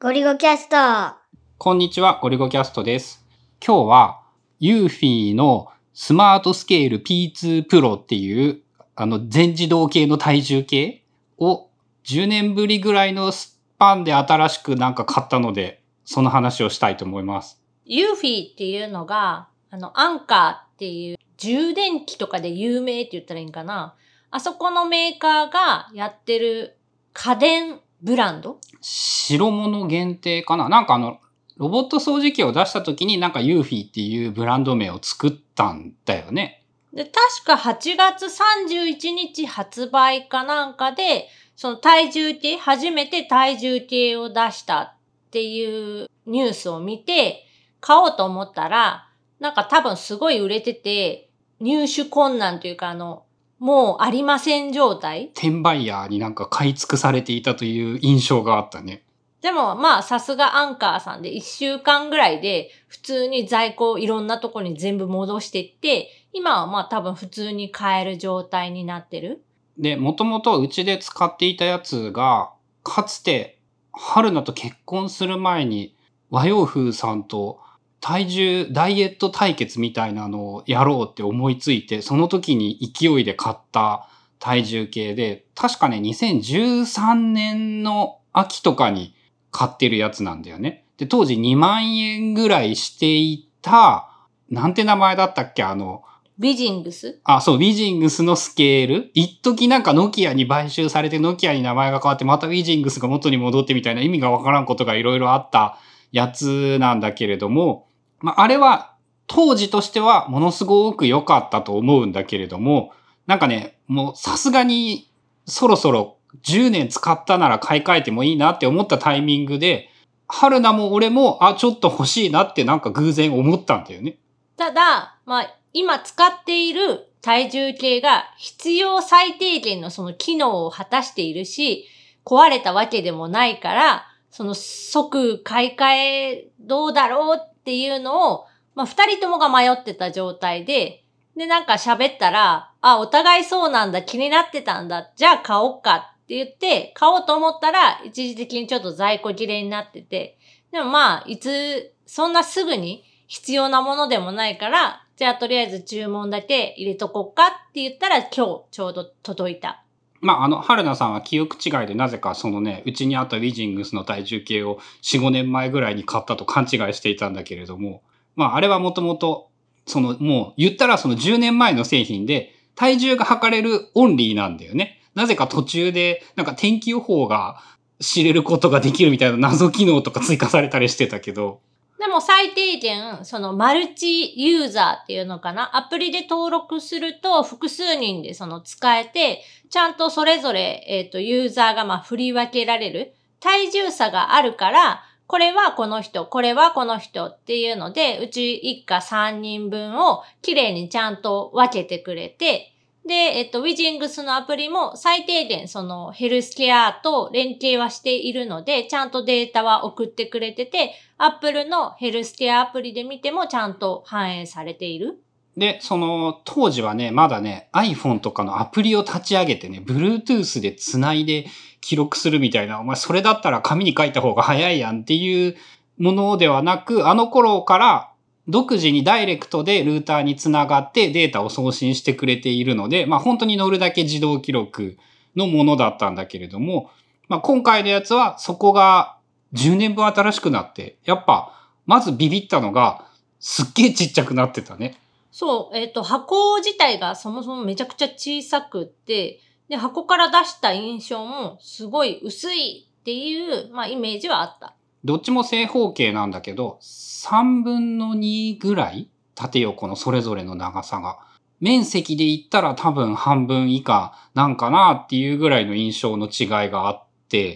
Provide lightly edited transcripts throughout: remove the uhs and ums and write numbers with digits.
ゴリゴキャスト。 こんにちは、ゴリゴキャストです。今日はユーフィーのスマートスケール P2 Pro っていう全自動系の体重計を10年ぶりぐらいのスパンで新しく買ったので、その話をしたいと思います。 ユーフィーっていうのが、アンカーっていう充電器とかで有名って言ったらいいんかな。あそこのメーカーがやってる家電ブランド？ 白物限定かな。ロボット掃除機を出した時にユーフィーっていうブランド名を作ったんだよね。 で、確か8月31日発売かなんかで、その体重計、初めて体重計を出したっていうニュースを見て、買おうと思ったら、多分すごい売れてて、入手困難というかもうありません状態。 転売ヤーに買い尽くされていたという印象があったね。 でもさすがアンカーさんで1週間ぐらいで普通に在庫をいろんなとこに全部戻していって、今は多分普通に買える状態になってる。 で、もともとうちで使っていたやつが、かつて春菜と結婚する前に和洋風さんと体重ダイエット対決みたいなのをやろうって思いついて、その時に勢いで買った体重計で、確かね2013年の秋とかに買ってるやつなんだよね。で、当時2万円ぐらいしていた、なんて名前だったっけビジングス？ そう、ビジングスのスケール。一時ノキアに買収されてノキアに名前が変わってまたビジングスが元に戻ってみたいな意味がわからんことがいろいろあったやつなんだけれども、あれは当時としてはものすごく良かったと思うんだけれども、もうさすがにそろそろ10年使ったなら買い替えてもいいなって思ったタイミングで、春菜も俺もちょっと欲しいなって偶然思ったんだよね。 ただ、今使っている体重計が必要最低限のその機能を果たしているし、壊れたわけでもないから、その即買い替えどうだろうっていうのを、二人ともが迷ってた状態で、喋ったら、お互いそうなんだ、気になってたんだ、じゃあ買おうかって言って、買おうと思ったら、一時的にちょっと在庫切れになってて、でもそんなすぐに必要なものでもないから、じゃあとりあえず注文だけ入れとこうかって言ったら今日ちょうど届いた。 春菜さんは記憶違いでなぜかうちにあったウィジングスの体重計を4、5年前ぐらいに買ったと勘違いしていたんだけれども、あれはもともと、もう言ったら10年前の製品で体重が測れるオンリーなんだよね。なぜか途中で天気予報が知れることができるみたいな謎機能とか追加されたりしてたけど、 でも最低限、マルチユーザーっていうのかな？アプリで登録すると複数人で使えて、ちゃんとそれぞれ、ユーザーが振り分けられる。体重差があるから、これはこの人、これはこの人っていうので、うち一家3人分をきれいにちゃんと分けてくれて、で、ウィジングスのアプリも最低限ヘルスケアと連携はしているので、ちゃんとデータは送ってくれてて、Apple のヘルスケアアプリで見てもちゃんと反映されている。 で、当時はね、まだね、iPhone とかのアプリを立ち上げてね、Bluetooth で繋いで記録するみたいな、お前それだったら紙に書いた方が早いやんっていうものではなく、あの頃から独自にダイレクトでルーターにつながってデータを送信してくれているので、本当に乗るだけ自動記録のものだったんだけれども、今回のやつはそこが10年分新しくなって、やっぱまずビビったのがすっげえちっちゃくなってたね。 そう、箱自体がそもそもめちゃくちゃ小さくって、で、箱から出した印象もすごい薄いっていう、イメージはあった。 どっちも正方形なんだけど、3分の2ぐらい縦横のそれぞれの長さが。面積で言ったら多分半分以下なんかなっていうぐらいの印象の違いがあって。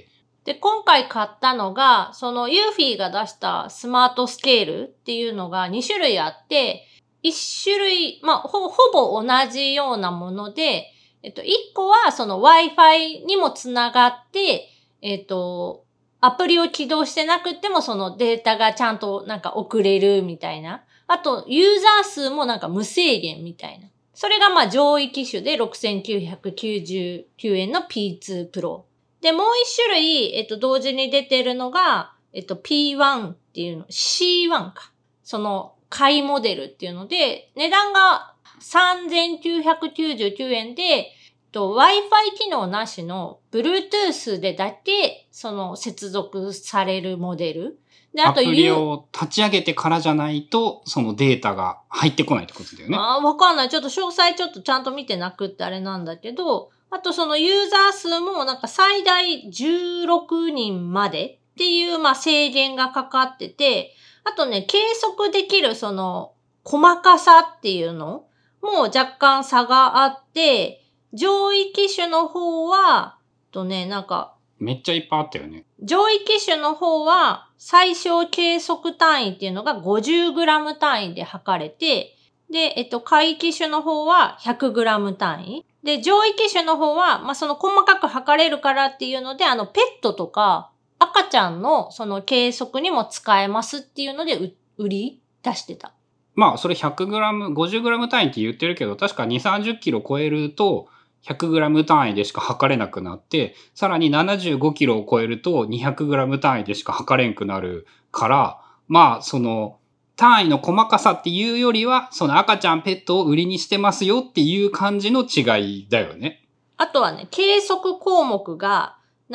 で、今回買ったのが、ユーフィーが出したスマートスケールっていうのが2種類あって、1種類、ほぼ同じようなもので、1個はWi-Fi にもつながって、アプリを起動してなくてもデータがちゃんと送れるみたいな。あと、ユーザー数も無制限みたいな。それが上位機種で6999円の P2 Pro。で、もう一種類、同時に出てるのが、 P1 っていうの、C1 か。その、買いモデルっていうので、値段が3999円で、Wi-Fi 機能なしの Bluetooth でだけ、その接続されるモデル。で、 アプリを立ち上げてからじゃないと、そのデータが入ってこないってことだよね。 わかんない。ちょっと詳細ちょっとちゃんと見てなくってあれなんだけど、あとそのユーザー数もなんか最大16人までっていう、制限がかかってて、あとね、計測できるその細かさっていうのも若干差があって、上位機種の方は、 めっちゃいっぱいあったよね。 上位機種の方は最小計測単位っていうのが 50g 単位で測れて、で、下位機種の方は 100g 単位。で、上位機種の方は、その細かく測れるからっていうので、ペットとか赤ちゃんのその計測にも使えますっていうので売り出してた。 それ 100g、50g 単位って言ってるけど、確か2、30キロ超えると、100g 単位でしか測れなくなって、さらに75キロを超えると 200g 単位でしか測れんくなるから、その単位の細かさっていうよりは、その赤ちゃんペットを売りにしてますよっていう感じの違いだよね。 あとはね、計測項目が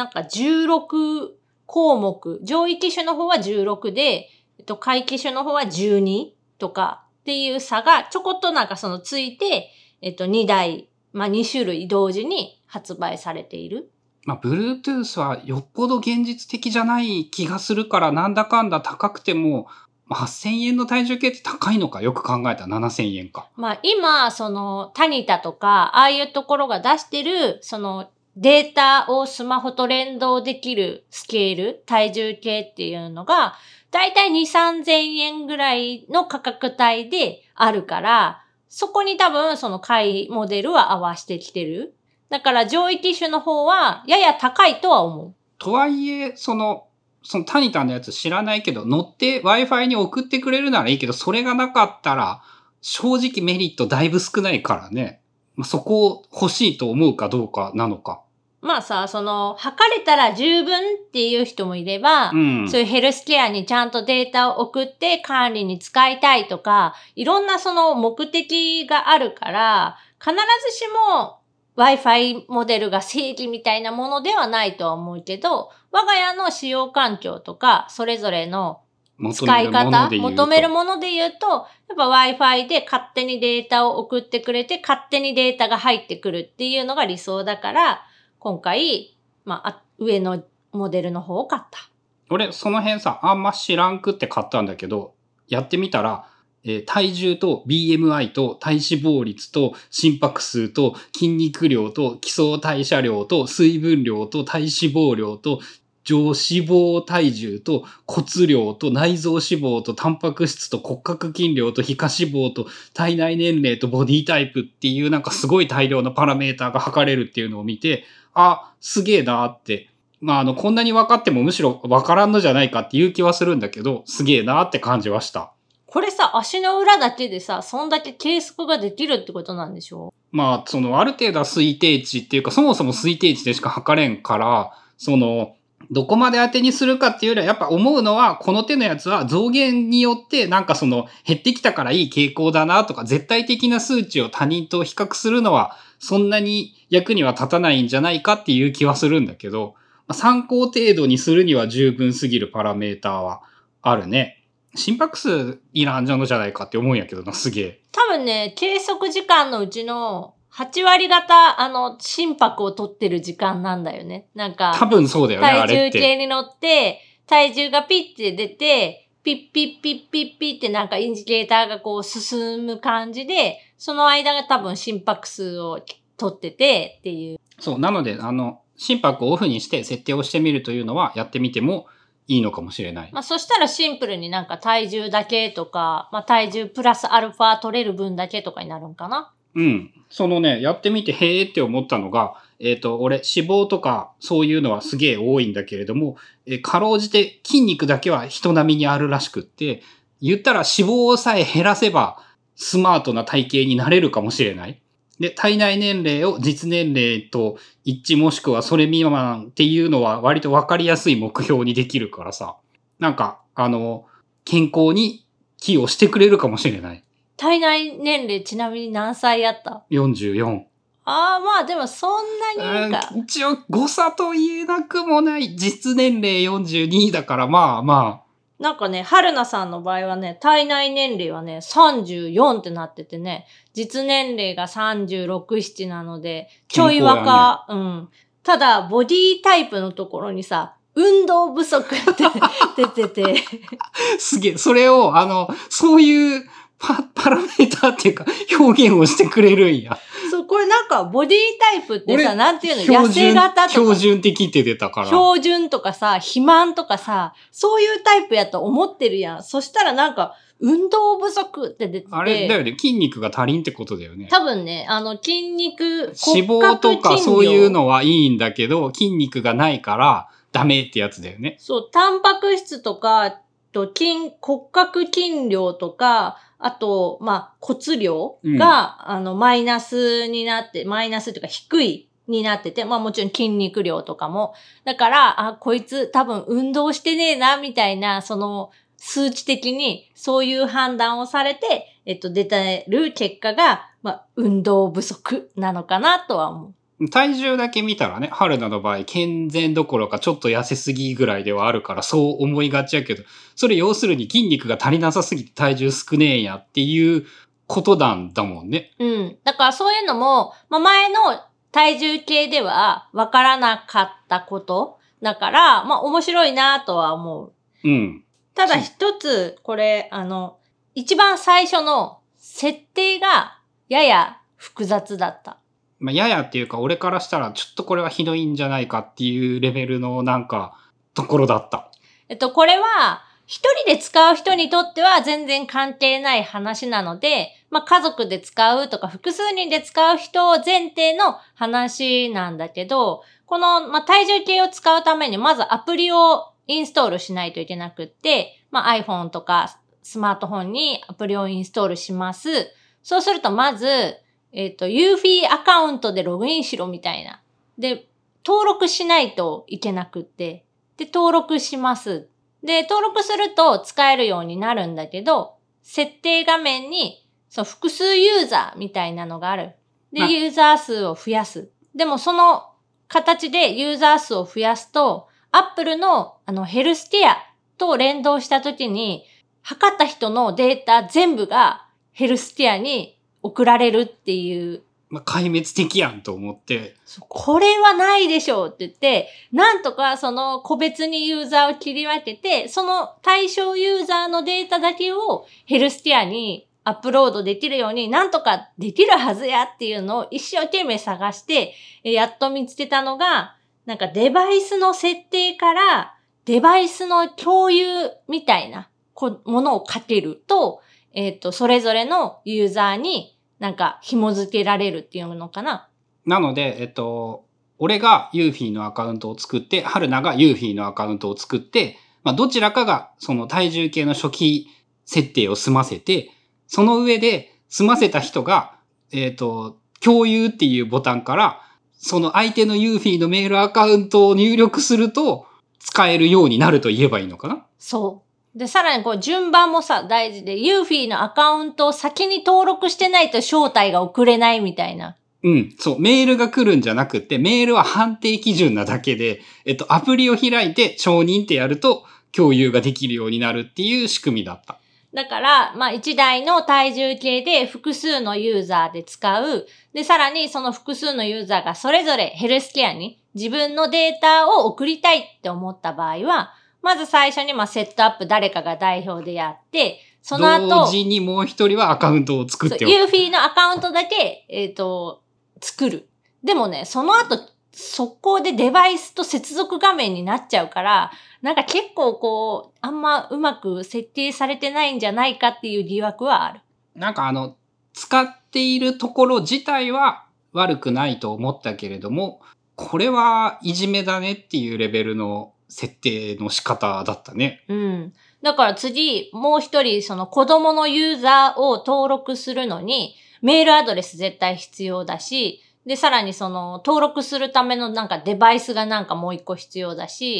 16項目、上位機種の方は16で、下位機種の方は12とかっていう差がちょこっとそのついて、2台、2種類同時に発売されている。 Bluetooth はよっぽど現実的じゃない気がするから、なんだかんだ高くても、8000円の体重計って高いのか、よく考えたら7000円か。 今、その、タニタとか、ああいうところが出してる、その、データをスマホと連動できるスケール、体重計っていうのが、だいたい2、3000円ぐらいの価格帯であるから、そこに多分その買いモデルは合わせてきてる。だから上位機種の方はやや高いとは思う。 とはいえ、そのタニタのやつ知らないけど、乗って Wi-Fi に送ってくれるならいいけど、それがなかったら、正直メリットだいぶ少ないからね。そこを欲しいと思うかどうかなのか。 その、測れたら十分っていう人もいれば、そういうヘルスケアにちゃんとデータを送って管理に使いたいとか、いろんなその目的があるから、必ずしも Wi-Fi モデルが正義みたいなものではないとは思うけど、我が家の使用環境とか、それぞれの使い方、求めるもので言うと、やっぱ Wi-Fi で勝手にデータを送ってくれて、勝手にデータが入ってくるっていうのが理想だから、今回、上のモデルの方を買った。 俺、その辺さ、あんま知らんくって買ったんだけど、やってみたら、体重と BMI と体脂肪率と心拍数と筋肉量と基礎代謝量と水分量と体脂肪量と上脂肪体重と骨量と内臓脂肪とタンパク質と骨格筋量と皮下脂肪と体内年齢とボディタイプっていうすごい大量のパラメーターが測れるっていうのを見て、すげえなーって。こんなに分かってもむしろ分からんのじゃないかっていう気はするんだけど、すげえなーって感じはした。 これさ、足の裏だけでさ、そんだけ計測ができるってことなんでしょ？ ある程度は推定値っていうか、そもそも推定値でしか測れんから、どこまで当てにするかっていうよりは、やっぱ思うのは、この手のやつは増減によって減ってきたからいい傾向だなとか、絶対的な数値を他人と比較するのは、そんなに役には立たないんじゃないかっていう気はするんだけど、参考程度にするには十分すぎるパラメーターはあるね。心拍数いらんじゃないかって思うんやけどな、すげえ。 多分ね、計測時間のうちの8割方、心拍を取ってる時間なんだよね。 多分そうだよね、あれって。 体重計に乗って、体重がピッて出て、ピッピッピッピッピッってインジケーターがこう進む感じで、その間が多分心拍数を取っててっていう。 そう、なので、心拍をオフにして設定をしてみるというのはやってみてもいいのかもしれない。 そしたらシンプルに体重だけとか、体重プラスアルファ取れる分だけとかになるんかな。 やってみてへーって思ったのが、俺脂肪とかそういうのはすげえ多いんだけれども、かろうじて筋肉だけは人並みにあるらしくって、言ったら脂肪さえ減らせばスマートな体型になれるかもしれない。で、体内年齢を実年齢と一致もしくはそれ未満っていうのは割と分かりやすい目標にできるからさ。 なんか、健康に寄与してくれるかもしれない。 体内年齢ちなみに何歳やった？ 44。 ああ、まあでもそんなにいいか。 一応誤差と言えなくもない実年齢42だからまあまあ。 なんかね、春菜さんの場合はね、体内年齢はね、34ってなっててね、実年齢が36、7なので、ちょい若、うん。ただ、ボディタイプのところにさ、運動不足って出てて。 すげえ、それを、そういうパラメーターっていうか、表現をしてくれるんや。 そう、これなんか、ボディタイプってさ、なんていうの、痩せ型とか。 標準的って出たから。 標準とかさ、肥満とかさ、そういうタイプやと思ってるやん。そしたらなんか、運動不足って出てて。 あれだよね、筋肉が足りんってことだよね。 多分ね、筋肉、 脂肪とかそういうのはいいんだけど、筋肉がないからダメってやつだよね。 そう、タンパク質とか、骨格筋量とか、あと、骨量が、マイナスになって、マイナスというか低いになってて、もちろん筋肉量とかも。だから、こいつ多分運動してねえな、みたいな、数値的にそういう判断をされて、出てる結果が、運動不足なのかなとは思う。 体重だけ見たらね、春菜の場合、健全どころかちょっと痩せすぎぐらいではあるから、そう思いがちやけど、それ要するに筋肉が足りなさすぎて体重少ねえやっていうことなんだもんね。 うん。だからそういうのも、前の体重計では分からなかったことだから、面白いなとは思う。 うん。 ただ一つ、これ、一番最初の設定がやや複雑だった。 ややっていうか、俺からしたらちょっとこれはひどいんじゃないかっていうレベルのところだった。 これは、一人で使う人にとっては全然関係ない話なので、家族で使うとか複数人で使う人前提の話なんだけど、この、体重計を使うためにまずアプリをインストールしないといけなくって、iPhone とかスマートフォンにアプリをインストールします。そうするとまず、ユーフィーアカウントでログインしろみたいな。で、登録しないといけなくって。で、登録します。で、登録すると使えるようになるんだけど、設定画面に複数ユーザーみたいなのがある。で、ユーザー数を増やす。でもその形でユーザー数を増やすと、Apple のヘルスケアと連動したときに、測った人のデータ全部がヘルスケアに送られるっていう。 壊滅的やんと思って。 これはないでしょうって言って、なんとか個別にユーザーを切り分けて、その対象ユーザーのデータだけをヘルスケアにアップロードできるようになんとかできるはずやっていうのを一生懸命探して、やっと見つけたのが、デバイスの設定からデバイスの共有みたいなものをかけると、それぞれのユーザーに紐付けられるっていうのかな。 なので、俺がユーフィーのアカウントを作って、春菜がユーフィーのアカウントを作って、どちらかがその体重計の初期設定を済ませて、その上で済ませた人が、共有っていうボタンから、その相手のユーフィーのメールアカウントを入力すると、使えるようになると言えばいいのかな？ そう。で、さらに順番も大事で、ユーフィーのアカウントを先に登録してないと招待が送れないみたいな。 うん、そう。メールが来るんじゃなくて、メールは判定基準なだけで、アプリを開いて承認ってやると共有ができるようになるっていう仕組みだった。 だから、1台の体重計で複数のユーザーで使う。で、さらにその複数のユーザーがそれぞれヘルスケアに自分のデータを送りたいって思った場合は、まず最初にセットアップ誰かが代表でやって、その後。 同時にもう一人はアカウントを作っておく。 ユーフィーのアカウントだけ、作る。でもね、その後、速攻でデバイスと接続画面になっちゃうから、結構あんまうまく設定されてないんじゃないかっていう疑惑はある。 使っているところ自体は悪くないと思ったけれども、これはいじめだねっていうレベルの設定の仕方だったね。 うん。だから次、もう一人、子供のユーザーを登録するのに、メールアドレス絶対必要だし、で、さらに登録するためのデバイスがもう一個必要だし、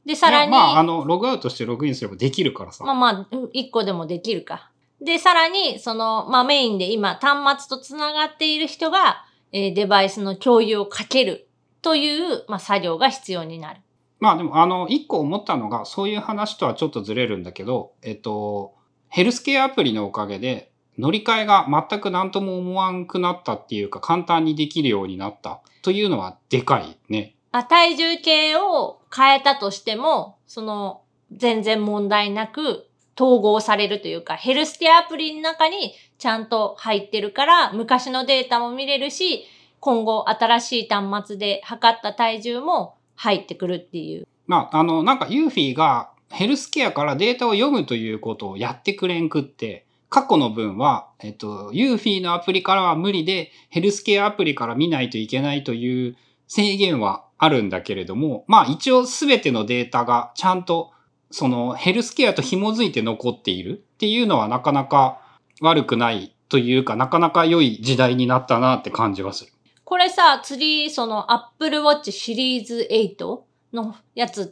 で、さらに、 ログアウトしてログインすればできるからさ。 1個でもできるか。で、さらに、メインで今、端末とつながっている人が、デバイスの共有をかけるという、作業が必要になる。 でも、一個思ったのが、そういう話とはちょっとずれるんだけど、ヘルスケアアプリのおかげで、乗り換えが全く何とも思わんくなったっていうか、簡単にできるようになったというのはでかいね。 体重計を変えたとしても、全然問題なく統合されるというか、ヘルスケアアプリの中にちゃんと入ってるから、昔のデータも見れるし、今後新しい端末で測った体重も入ってくるっていう。 なんかユーフィーがヘルスケアからデータを読むということをやってくれんくって、過去の分は、ユーフィーのアプリからは無理で、ヘルスケアアプリから見ないといけないという制限はあるんだけれども、一応すべてのデータがちゃんとヘルスケアと紐づいて残っているっていうのはなかなか悪くないというか、なかなか良い時代になったなって感じはする。 これさ、次、Apple Watch シリーズ8のやつって、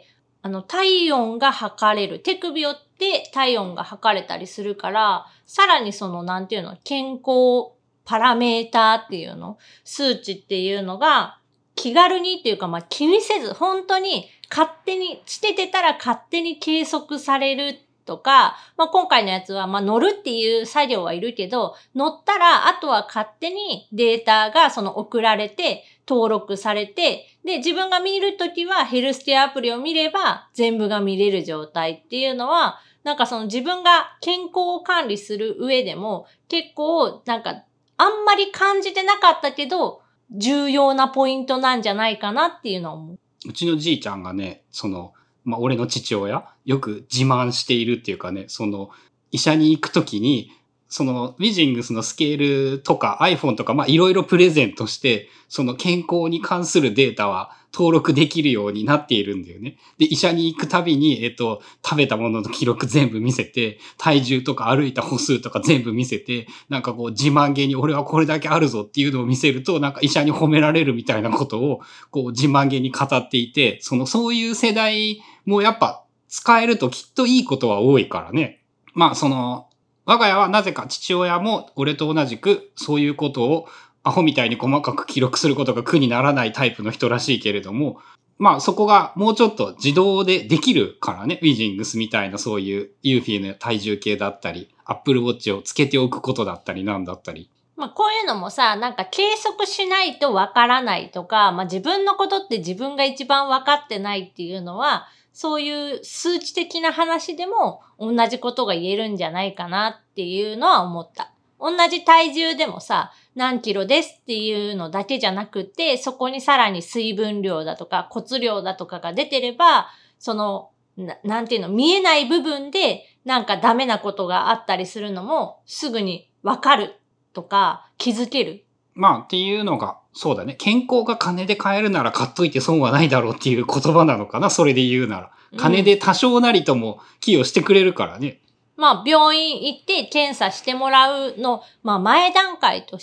体温が測れる。手首をって体温が測れたりするから、さらになんていうの、健康パラメーターっていうの、数値っていうのが、気軽にっていうか、気にせず、本当に勝手に、しててたら勝手に計測されるとか、今回のやつは、乗るっていう作業はいるけど、乗ったら、あとは勝手にデータが送られて、登録されて、で、自分が見るときはヘルスケアアプリを見れば全部が見れる状態っていうのは、なんか自分が健康を管理する上でも、結構、あんまり感じてなかったけど、重要なポイントなんじゃないかなっていうのを思う。 うちのじいちゃんがね、俺の父親、よく自慢しているっていうかね、医者に行くときに、ウィジングスのスケールとか iPhone とか、いろいろプレゼントして、健康に関するデータは登録できるようになっているんだよね。で、医者に行くたびに、食べたものの記録全部見せて、体重とか歩いた歩数とか全部見せて、なんか自慢げに俺はこれだけあるぞっていうのを見せると、なんか医者に褒められるみたいなことを、自慢げに語っていて、そういう世代もやっぱ使えるときっといいことは多いからね。我が家はなぜか父親も俺と同じくそういうことをアホみたいに細かく記録することが苦にならないタイプの人らしいけれども、そこがもうちょっと自動でできるからね、ウィジングスみたいなそういうユーフィーの体重計だったり、Apple Watch をつけておくことだったりなんだったり。 こういうのもさ、なんか計測しないとわからないとか、自分のことって自分が一番わかってないっていうのは、そういう数値的な話でも同じことが言えるんじゃないかなっていうのは思った。同じ体重でもさ、何キロですっていうのだけじゃなくて、そこにさらに水分量だとか骨量だとかが出てれば、なんていうの、見えない部分でなんかダメなことがあったりするのもすぐにわかるとか気づける。 っていうのが、そうだね。健康が金で買えるなら買っといて損はないだろうっていう言葉なのかな。それで言うなら。金で多少なりとも寄与してくれるからね。 病院行って検査してもらうの、前段階として、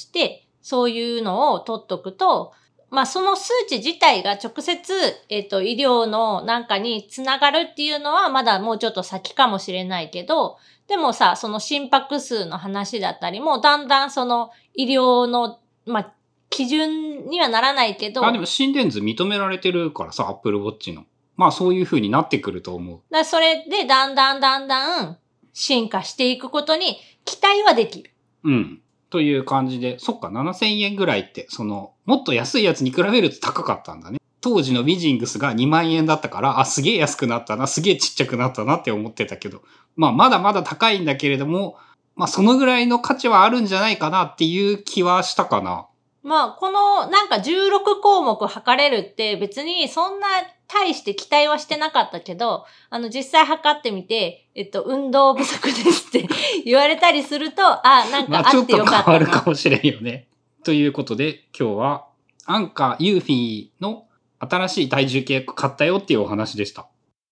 そういうのを取っとくと、その数値自体が直接、医療のなんかにつながるっていうのはまだもうちょっと先かもしれないけど、でもさ、心拍数の話だったりも、だんだん医療の、基準にはならないけど。 でも心電図認められてるからさ、Apple Watch の。そういう風になってくると思う。 それでだんだん進化していくことに期待はできる。 うん。という感じで、そっか、7000円ぐらいって、もっと安いやつに比べると高かったんだね。当時のウィジングスが2万円だったから、すげえ安くなったな、すげえちっちゃくなったなって思ってたけど、まだまだ高いんだけれども、そのぐらいの価値はあるんじゃないかなっていう気はしたかな。 このなんか16項目測れるって別にそんな大して期待はしてなかったけど、実際測ってみて、運動不足ですって言われたりすると、なんかあってよかったな。 ちょっと変わるかもしれんよね。ということで、今日はアンカーユーフィーの新しい体重計買ったよっていうお話でした。